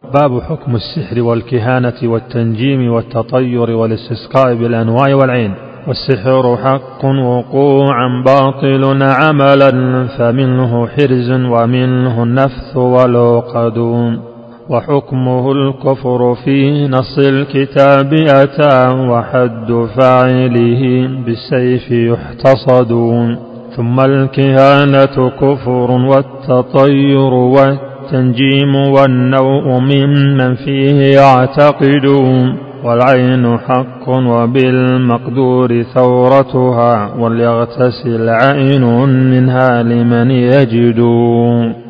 باب حكم السحر والكهانة والتنجيم والتطير والاستسقاء بالأنواع والعين. والسحر حق وقوعا باطل عملا، فمنه حرز ومنه النفث والعقد. وحكمه الكفر في نص الكتاب أتى، وحد فاعله بالسيف يحتصد. ثم الكهانة كفر والتطير والتنجيم والنوء ممن فيه يعتقد. والعين حق وبالمقدور ثورتها، وليغتسل عين منها لمن يجد.